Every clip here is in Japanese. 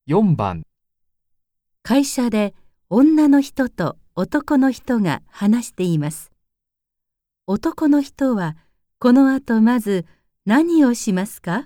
4番。 会社で女の人と男の人が話しています。男の人はこの後まず何をしますか？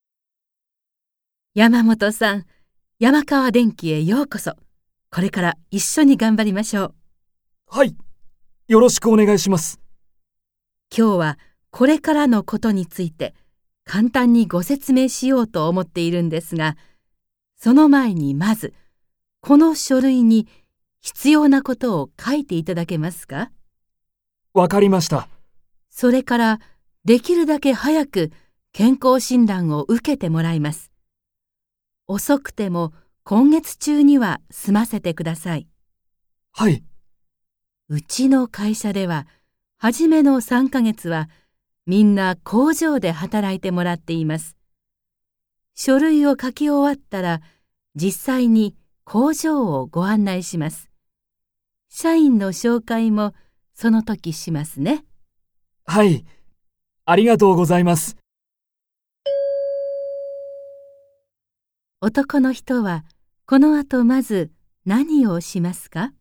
山本さん、山川電機へようこそ。これから一緒に頑張りましょう。 はい。よろしくお願いします。 今日はこれからのことについて簡単にご説明しようと思っているんですが、その前にまずこの書類に必要なことを書いていただけますか？ わかりました。 それからできるだけ早く健康診断を受けてもらいます。遅くても今月中には済ませてください。 はい。 うちの会社では初めの3ヶ月はみんな工場で働いてもらっています。書類を書き終わったら実際に工場をご案内します。社員の紹介もその時しますね。 はい。ありがとうございます。 男の人はこの後まず何をしますか？